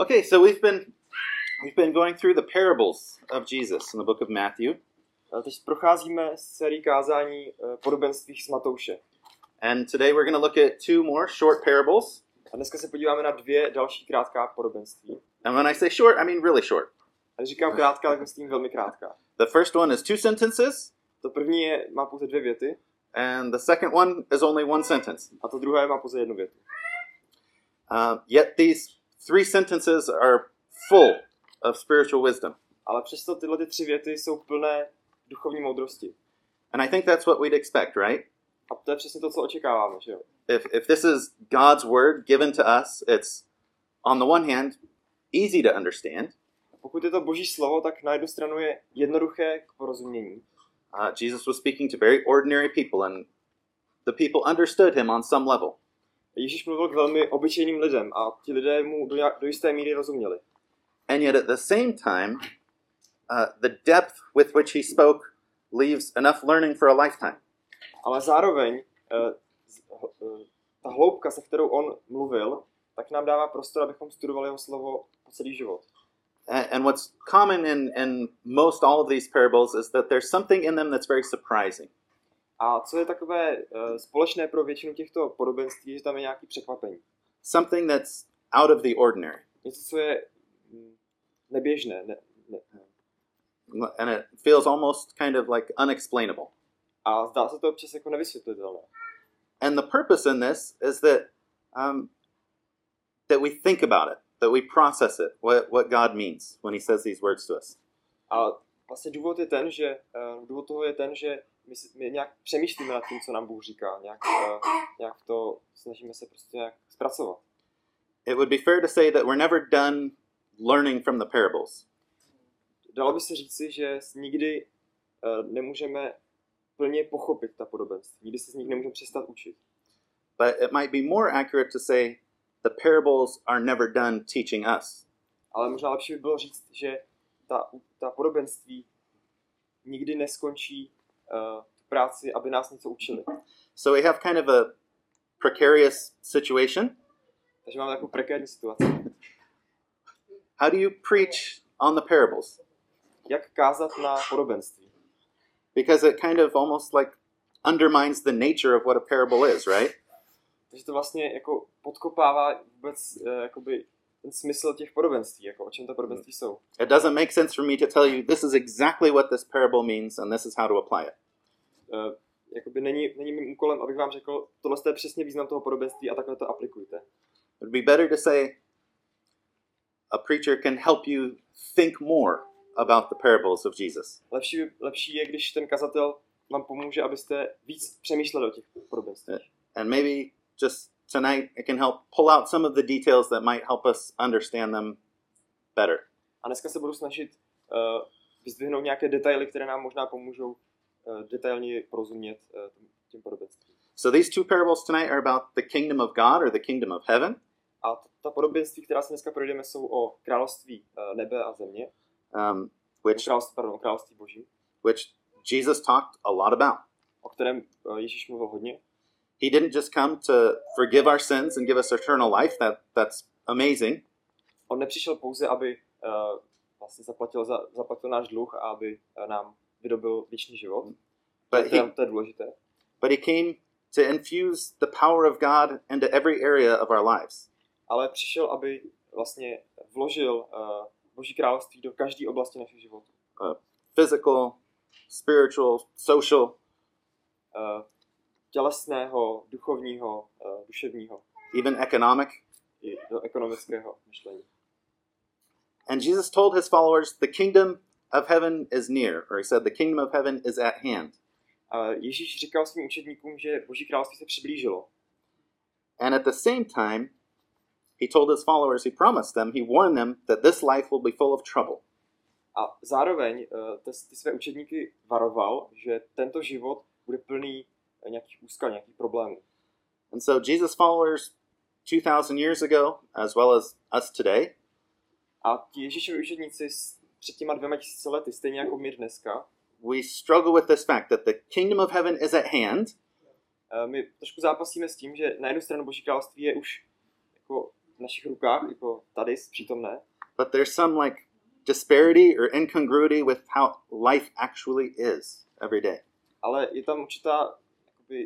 Okay, so we've been going through the parables of Jesus in the book of Matthew. Teď procházíme sérii kázání podobenství z Matouše. And today we're going to look at two more short parables. A dneska se podíváme na dvě další krátká podobenství. And when I say short, I mean really short. A když říkám krátká, tak myslím velmi krátká. The first one is two sentences, To první má pouze dvě věty and the second one is only one sentence. a to druhé má pouze jednu větu. Yet these three sentences are full of spiritual wisdom. Ale přesto tyhle ty tři věty jsou plné duchovní moudrosti. And I think that's what we'd expect, right? A to je přesně to, co očekáváme, že jo? If this is God's word given to us, it's on the one hand easy to understand. Pokud je to Boží slovo, tak na jednu stranu je jednoduché k porozumění. Jesus was speaking to very ordinary people, and the people understood him on some level. Ježíš mluvil k velmi obyčejným lidem a ti lidé mu do jisté míry rozuměli. And yet at the same time, the depth with which he spoke leaves enough learning for a lifetime. Ale zároveň ta hloubka, se kterou on mluvil, tak nám dává prostor, abychom studovali jeho slovo po celý život. And what's common in most all of these parables is that there's something in them that's very surprising. A co je takové společné pro většinu těchto podobenství, že tam je nějaké překvapení. Something that's out of the ordinary. Něco, co je neběžné. And it feels almost kind of like unexplainable. A zdá se to občas jako nevysvětlitelné. And the purpose in this is that we think about it, that we process it, what God means when he says these words to us. A vlastně důvod toho je ten, že my nějak přemýšlíme nad tím, co nám Bůh říká. Nějak to snažíme se prostě nějak zpracovat. It would be fair to say that we're never done learning from the parables. Dalo by se říci, že nikdy nemůžeme plně pochopit ta podobenství. Nikdy se z nich nemůžeme přestat učit. But it might be more accurate to say the parables are never done teaching us. Ale možná lepší by bylo říct, že ta podobenství nikdy neskončí práci, aby nás něco učili. So we have kind of a precarious situation. Takže máme takovou prekérní situaci. How do you preach on the parables? Jak kázat na podobenství? Because it kind of almost like undermines the nature of what a parable is, right? Takže to vlastně jako podkopává vůbec jakoby ten smysl těch podobenství, jako o čem ta podobenství jsou. It doesn't make sense for me to tell you this is exactly what this parable means and this is how to apply it. Jakoby není mým úkolem, abych vám řekl, tohle je přesně význam toho podobenství a takhle to aplikujte. It would be better to say a preacher can help you think more about the parables of Jesus. Lepší je, když ten kazatel vám pomůže, abyste víc přemýšleli o těch podobenstvích. And maybe just tonight it can help pull out some of the details that might help us understand them better. A dneska se budu snažit vyzdvihnout nějaké detaily, které nám možná pomůžou detailně porozumět těm podobenstvím. So these two parables tonight are about the kingdom of God or the kingdom of heaven. A ta podobenství, která se dneska projdeme, jsou o království nebe a země. Království Boží. Which Jesus talked a lot about. O kterém Ježíš mluvil hodně. He didn't just come to forgive our sins and give us eternal life. That's amazing. On nepřišel pouze, aby vlastně zaplatil náš dluh a aby nám vydobil věčný život. To je důležité. But he came to infuse the power of God into every area of our lives. Ale přišel, aby vlastně vložil Boží království do každé oblasti našich životů. Physical, spiritual, social. Tělesného, duchovního, duševního. Even economic. I do ekonomického myšlení. And Jesus told his followers, the kingdom of heaven is near. Or he said, the kingdom of heaven is at hand. Ježíš říkal svým učedníkům, že Boží království se přiblížilo. And at the same time, he told his followers, he promised them, he warned them that this life will be full of trouble. A zároveň ty své učedníky varoval, že tento život bude plný nějakých úskalí, nějakých problémů. And so Jesus' followers 2000 years ago, as well as us today, a ti Ježíšovi učedníci před těma 2000 lety, stejně jako my dneska, we struggle with this fact that the kingdom of heaven is at hand. My trošku zápasíme s tím, že na jednu stranu Boží království je už jako našich rukách, jako tady přítomné, but there's some like disparity or incongruity with how life actually is every day. ale je tam určitá jakoby,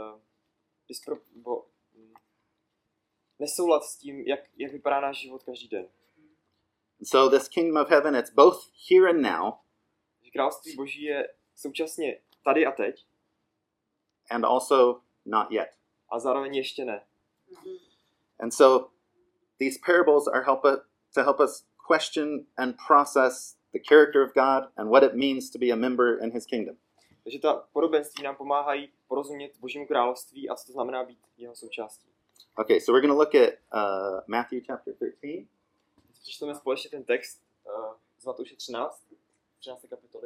nesoulad s tím, jak vypadá náš život každý den. So this kingdom of heaven, it's both here and now, Že království Boží je současně tady a teď, and also not yet. a zároveň ještě ne. And so these parables are to help us question and process the character of God and what it means to be a member in his kingdom. Takže ta podobenství nám pomáhají porozumět Božímu království a co to znamená být jeho součástí. Okay, so we're going to look at Matthew chapter 13. Přečteme společně ten text z Matouše 13. 13. kapitoly.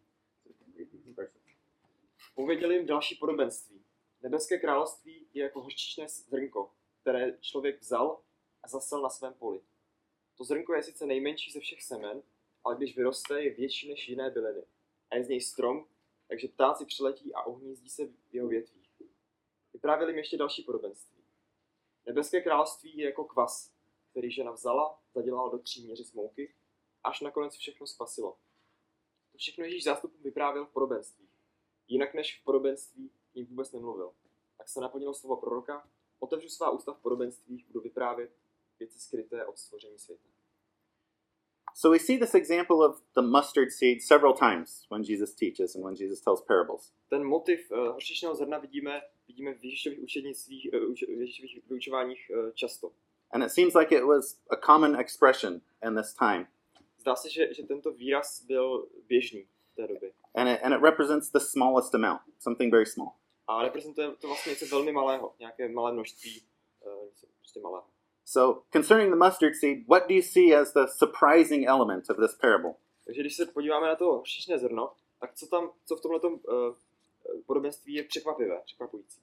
Pověděl jim další podobenství. Nebeské království je jako hořčičné zrnko, které člověk vzal a zasel na svém poli. To zrnko je sice nejmenší ze všech semen, ale když vyroste, je větší než jiné byliny. A je z něj strom, takže ptáci přiletí a uhnízdí se v jeho větvích. Vyprávěl jim ještě další podobenství. Nebeské království je jako kvas, který žena vzala, zadělala do 3 měřic mouky, až nakonec všechno spasilo. To všechno Ježíš zástupům vyprávěl v podobenství. Jinak než v podobenství jim vůbec nemluvil. Tak se naplnilo slovo proroka, otevřu svá ústa v podobenstvích, budu vyprávět věci skryté od stvoření světa. So we see this example of the mustard seed several times when Jesus teaches and when Jesus tells parables. Ten motiv hořčičného zrna vidíme v Ježíšových učednictvích, Ježíšových vyučováních často. And it seems like it was a common expression in this time. Zdá se, že tento výraz byl běžný v té době. And it represents the smallest amount, something very small. A reprezentuje to vlastně něco velmi malého, nějaké malé množství, něco prostě malého. So concerning the mustard seed, what do you see as the surprising element of this parable? Takže když se podíváme na to hořčičné zrno, tak co v tomhletom podobenství je překvapující?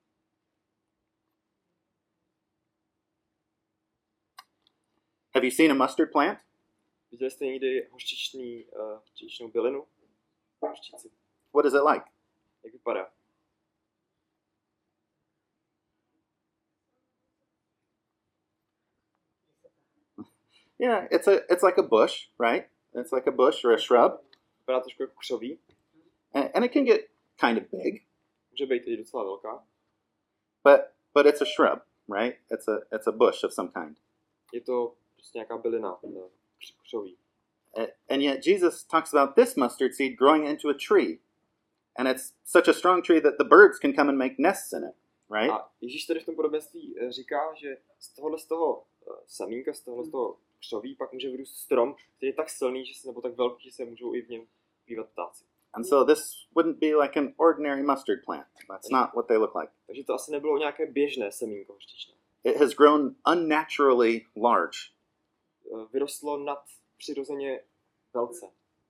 Have you seen a mustard plant? Viděli jste někdy hořčičnou bylinu? Hořčici. What is it like? Jak vypadá? Yeah, it's like a bush, right? It's like a bush or a shrub. Vypadá trošku jako křoví. And it can get kind of big, Může být i docela velká. but it's a shrub, right? It's a bush of some kind. Je to prostě nějaká bylina, křoví. And yet Jesus talks about this mustard seed growing into a tree. And it's such a strong tree that the birds can come and make nests in it, right? A Ježíš tady v tom podobenství říká, že z toho semínka, z toho křoví pak může vyrůst strom, který je tak silný, nebo tak velký, že se můžou i v něm bývat ptáci. And so this wouldn't be like an ordinary mustard plant. That's not what they look like. Takže to asi nebylo nějaké běžné semínko hořčičné. It has grown unnaturally large. Vyrostlo nadpřirozeně velce.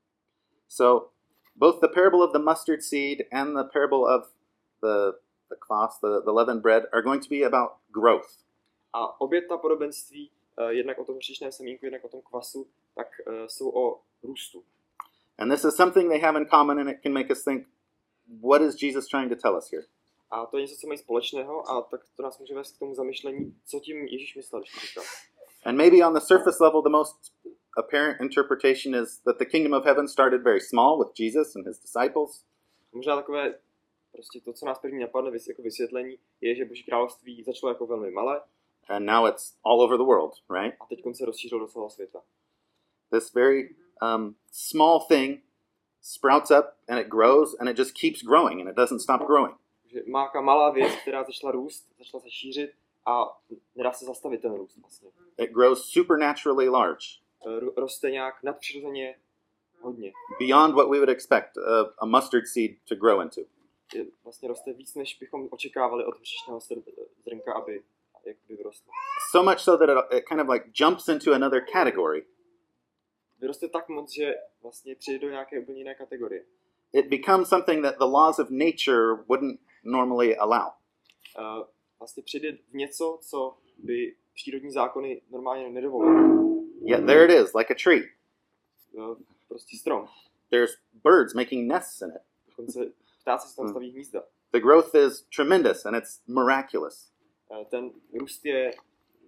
So both the parable of the mustard seed and the parable of the kvass, the leavened bread, are going to be about growth. A obě ta podobenství, jednak o tom hořčičném semínku, jednak o tom kvasu, tak jsou o růstu. And this is something they have in common, and it can make us think, what is Jesus trying to tell us here? A to je něco, co mají společného, a tak to nás může vést k tomu zamyšlení, co tím Ježíš myslel, když to říkal. And maybe on the surface level, the most apparent interpretation is that the kingdom of heaven started very small with Jesus and his disciples. Možná takové, prostě to, co nás první napadne jako vysvětlení, je, že Boží království začalo jako velmi malé. And now it's all over the world, right? A teď se rozšířilo do celého světa. This very small thing sprouts up and it grows and it just keeps growing and it doesn't stop growing. Že má malá věc, která začala růst, začala se šířit a nedá se zastavit ten růst vlastně. It grows supernaturally large. Roste nějak nadpřirozeně hodně. Beyond what we would expect a mustard seed to grow into. Vlastně roste víc, než bychom očekávali od hořčičného zrnka, aby vyrostlo. So much so that it kind of like jumps into another category. Vyroste tak moc, že vlastně přijde do nějaké úplně jiné kategorie. It becomes something that the laws of nature wouldn't normally allow. Vlastně přijde v něco, co by přírodní zákony normálně nedovolily. Yet there it is, like a tree. Prostě strom. There's birds making nests in it. Dokonce ptáci si tam staví hnízda. The growth is tremendous and it's miraculous. Ten růst je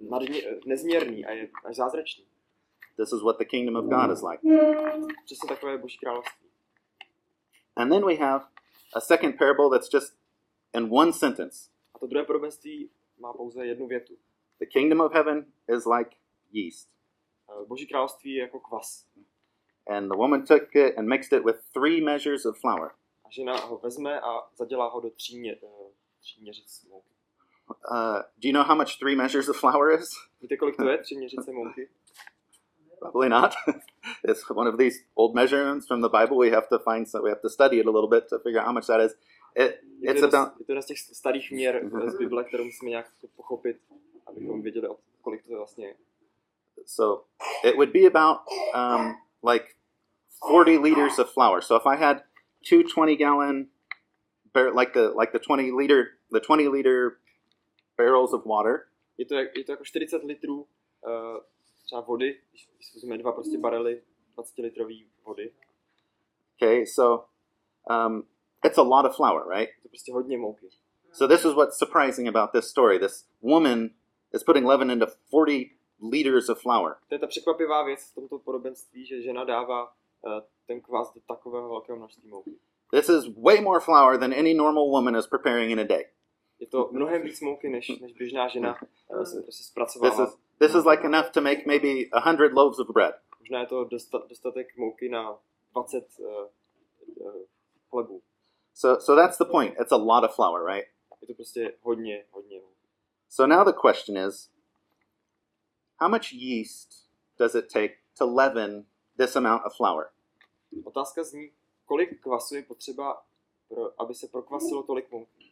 nezměrný a je až zázračný. This is what the kingdom of God is like. Přesně takové je Boží království. And then we have a second parable that's just in one sentence. A to druhé podobenství má pouze jednu větu. The kingdom of heaven is like yeast. Boží království je jako kvas. And the woman took it and mixed it with 3 measures of flour. A žena ho vezme a zadělá ho do 3 měřic mouky. Do you know how much 3 measures of flour is? Víte, kolik to je 3 měřice mouky? Probably not. It's one of these old measurements from the Bible. We have to study it a little bit to figure out how much that is. Je to jedna z těch starých měr z Bible, kterou musíme nějak pochopit, abychom věděli, kolik to vlastně je. So it would be about like 40 liters of flour. So if I had 2 20-gallon like the 20 liter barrels of water. Je to jako 40 litrů třeba vody, když vezmeme 2 prostě barely 20 litrový vody. Okay, so it's a lot of flour, right? To prostě hodně mouky. So this is what's surprising about this story. This woman is putting leaven into 40 liters of flour. To je ta překvapivá věc v tomto podobenství, že žena dává ten kvás do takového velkého množství mouky. This is way more flour than any normal woman is preparing in a day. Je to mnohem víc mouky, než běžná žena se prostě zpracovává. This is like enough to make maybe 100 loaves of bread. Možná je to dostatek mouky na 20 chlebů. So that's the point. It's a lot of flour, right? Je to prostě hodně mouky. So now the question is, how much yeast does it take to leaven this amount of flour? Otázka zní, kolik kvasu je potřeba, aby se prokvasilo tolik mouky?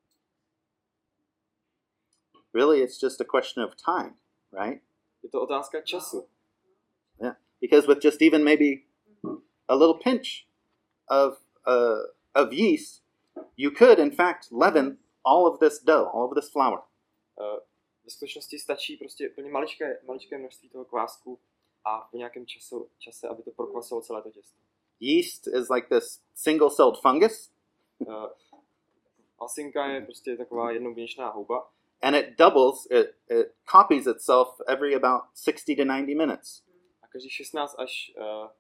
Really, it's just a question of time, right? Je to otázka času. Yeah, because with just even maybe a little pinch of yeast, you could in fact leaven all of this dough, all of this flour. Ve skutečnosti stačí prostě úplně maličké množství toho kvásku a po nějakém čase, aby to prokvasilo celé to těsto. Yeast is like this single-celled fungus. Asinka je prostě taková jednobuněčná houba. And it doubles, it copies itself every about 60 to 90 minutes. A každých 16 až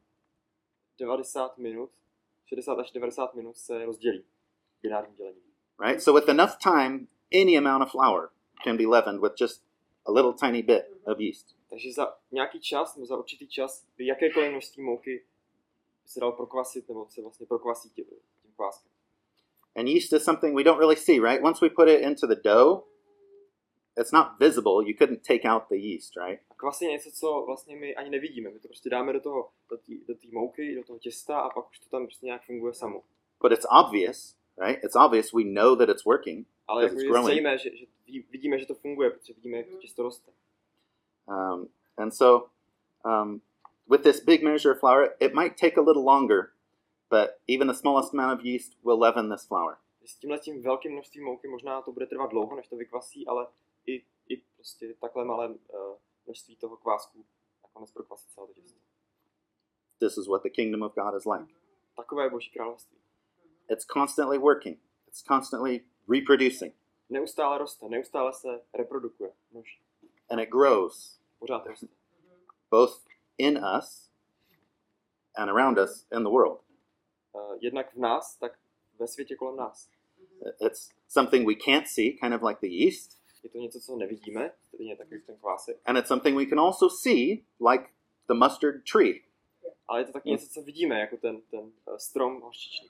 90 minut, 60 až 90 minut se rozdělí binárním dělením. Right? So with enough time, any amount of flour can be leavened with just a little tiny bit of yeast. Takže za nějaký čas, nebo za určitý čas, by jakékoliv množství mouky se dalo prokvasit, nebo se vlastně prokvasí tím kváskem. And yeast is something we don't really see, right? Once we put it into the dough, it's not visible. You couldn't take out the yeast, right? A kvas je něco, co vlastně my ani nevidíme. My to prostě dáme do té mouky, do toho těsta a pak už to tam prostě nějak funguje samo. But it's obvious, right? It's obvious. We know that it's working. Ale jako je zřejmé, že vidíme, že to funguje, protože vidíme, jak to těsto roste. And so, with this big measure of flour, it might take a little longer, but even the smallest amount of yeast will leaven this flour. S tímhletím velkým množstvím mouky možná to bude trvat dlouho, než to vykvasí, ale i prostě takhle malé množství toho kvásku nakonec prokvasí celé to těsto. This is what the kingdom of God is like. Takové je Boží království. It's constantly working. It's constantly reproducing. Neustále roste, neustále se reprodukuje. And it grows. Pořád roste. Both in us and around us in the world. Jednak v nás, tak ve světě kolem nás. It's something we can't see, kind of like the yeast. Je to něco, co nevidíme, stejně tak jak ten kvásek. And it's something we can also see, like the mustard tree. Ale je to taky něco, co vidíme, jako ten strom hořčičný.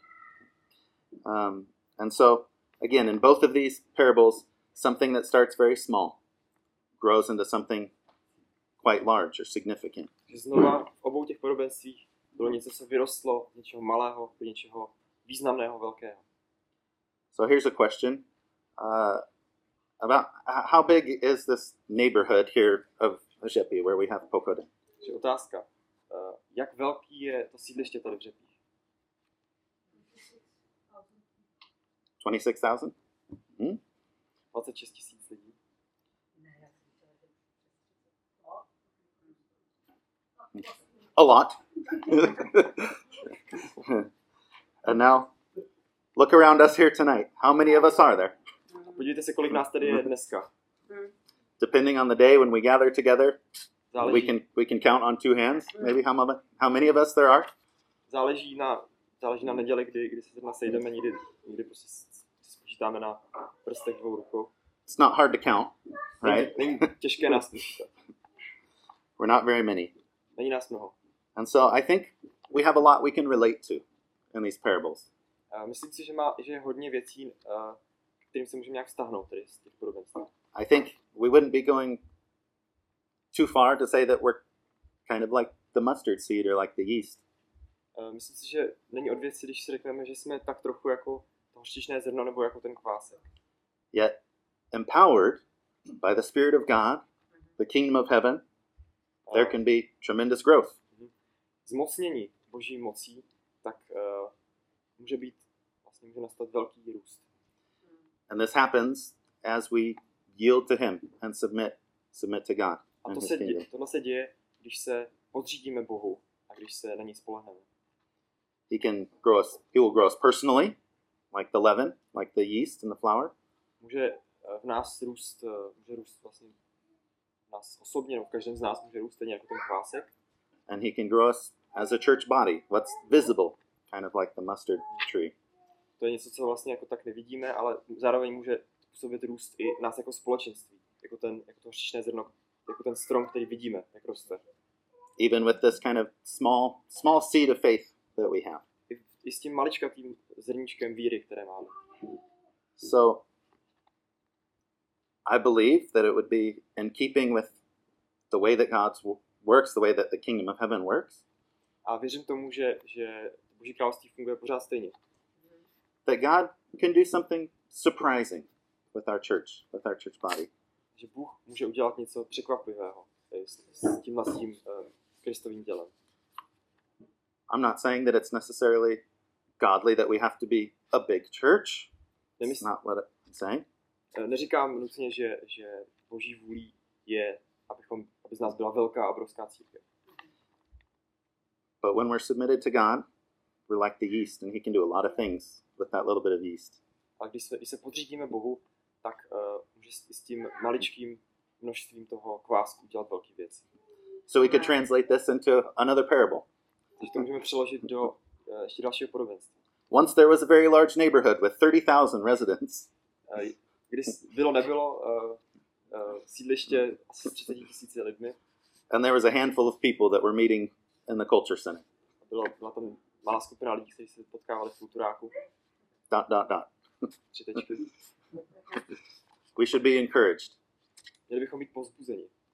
And so, again, in both of these parables, something that starts very small grows into something quite large or significant. Znova v obou těch podobenstvích bylo něco, co vyrostlo z něčeho malého do něčeho významného, velkého. So here's a question. About how big is this neighborhood here of Rzepí, where we have Pochoden? Takže otázka. Jak velký je to sídliště tady v Řepích? 26,000? 26 000 lidí. A lot. And now, look around us here tonight. How many of us are there? Podívejte se, kolik nás tady je dneska. depending on the day when we gather together, Záleží, we can count on two hands, maybe how many of us there are. záleží na neděli, kdy se zrovna sejdeme, někdy prostě si spočítáme na prstech dvou rukou. It's not hard to count, right? Není těžké nás počítat. We're not very many. Není nás mnoho. And so I think we have a lot we can relate to in these parables. Myslím si, že je hodně věcí, kterým se můžeme nějak vztahnout tady z těch podobenství. I think we wouldn't be going too far to say that we're kind of like the mustard seed or like the yeast. Myslím si, že není od věci, když si řekneme, že jsme tak trochu jako to hořčičné zrno nebo jako ten kvásek. Yet empowered by the Spirit of God, the kingdom of heaven, there can be tremendous growth. Zmocnění Boží mocí, tak může nastat velký růst. And this happens as we yield to him and submit to God. A And his kingdom. tohle se děje, když se podřídíme Bohu a když se na něj spolehneme. He will grow us personally, like the leaven, like the yeast in the flour. Může v nás růst vlastně v nás osobně, nebo v každém z nás může růst stejně jako ten kvásek. And he can grow us as a church body, what's visible, kind of like the mustard tree. To je něco, co vlastně jako tak nevidíme, ale zároveň může způsobit růst i nás jako společenství, jako to hořčičné zrno, jako ten strom, který vidíme, jak roste. Even with this kind of small seed of faith that we have. I s tím maličkatým zrníčkem víry, které máme. So I believe that it would be in keeping with the way that God works, the way that the kingdom of heaven works. A věřím tomu, že Boží království funguje pořád stejně. That God can do something surprising with our church body. Že Bůh může udělat něco překvapivého s tím Kristovým tělem. I'm not saying that it's necessarily godly that we have to be a big church. That's not what I'm saying. Neříkám nutně, že Boží vůlí je, aby z nás byla velká a obrovská církev. But when we're submitted to God, we're like the yeast, and he can do a lot of things with that little bit of yeast. A když se podřídíme Bohu, tak může s tím maličkým množstvím toho kvásku dělat velké věci. So we could translate this into another parable. Takže to můžeme přeložit do ještě dalšího podobenství. Once there was a very large neighborhood with 30,000 residents. Když nebylo sídliště asi s 30,000 lidmi. And there was a handful of people that were meeting in the culture center. Byla tam malá skupina lidí, kteří se potkávali v kulturáku. ... 3 tečky. We should be encouraged. Měli bychom být povzbuzeni.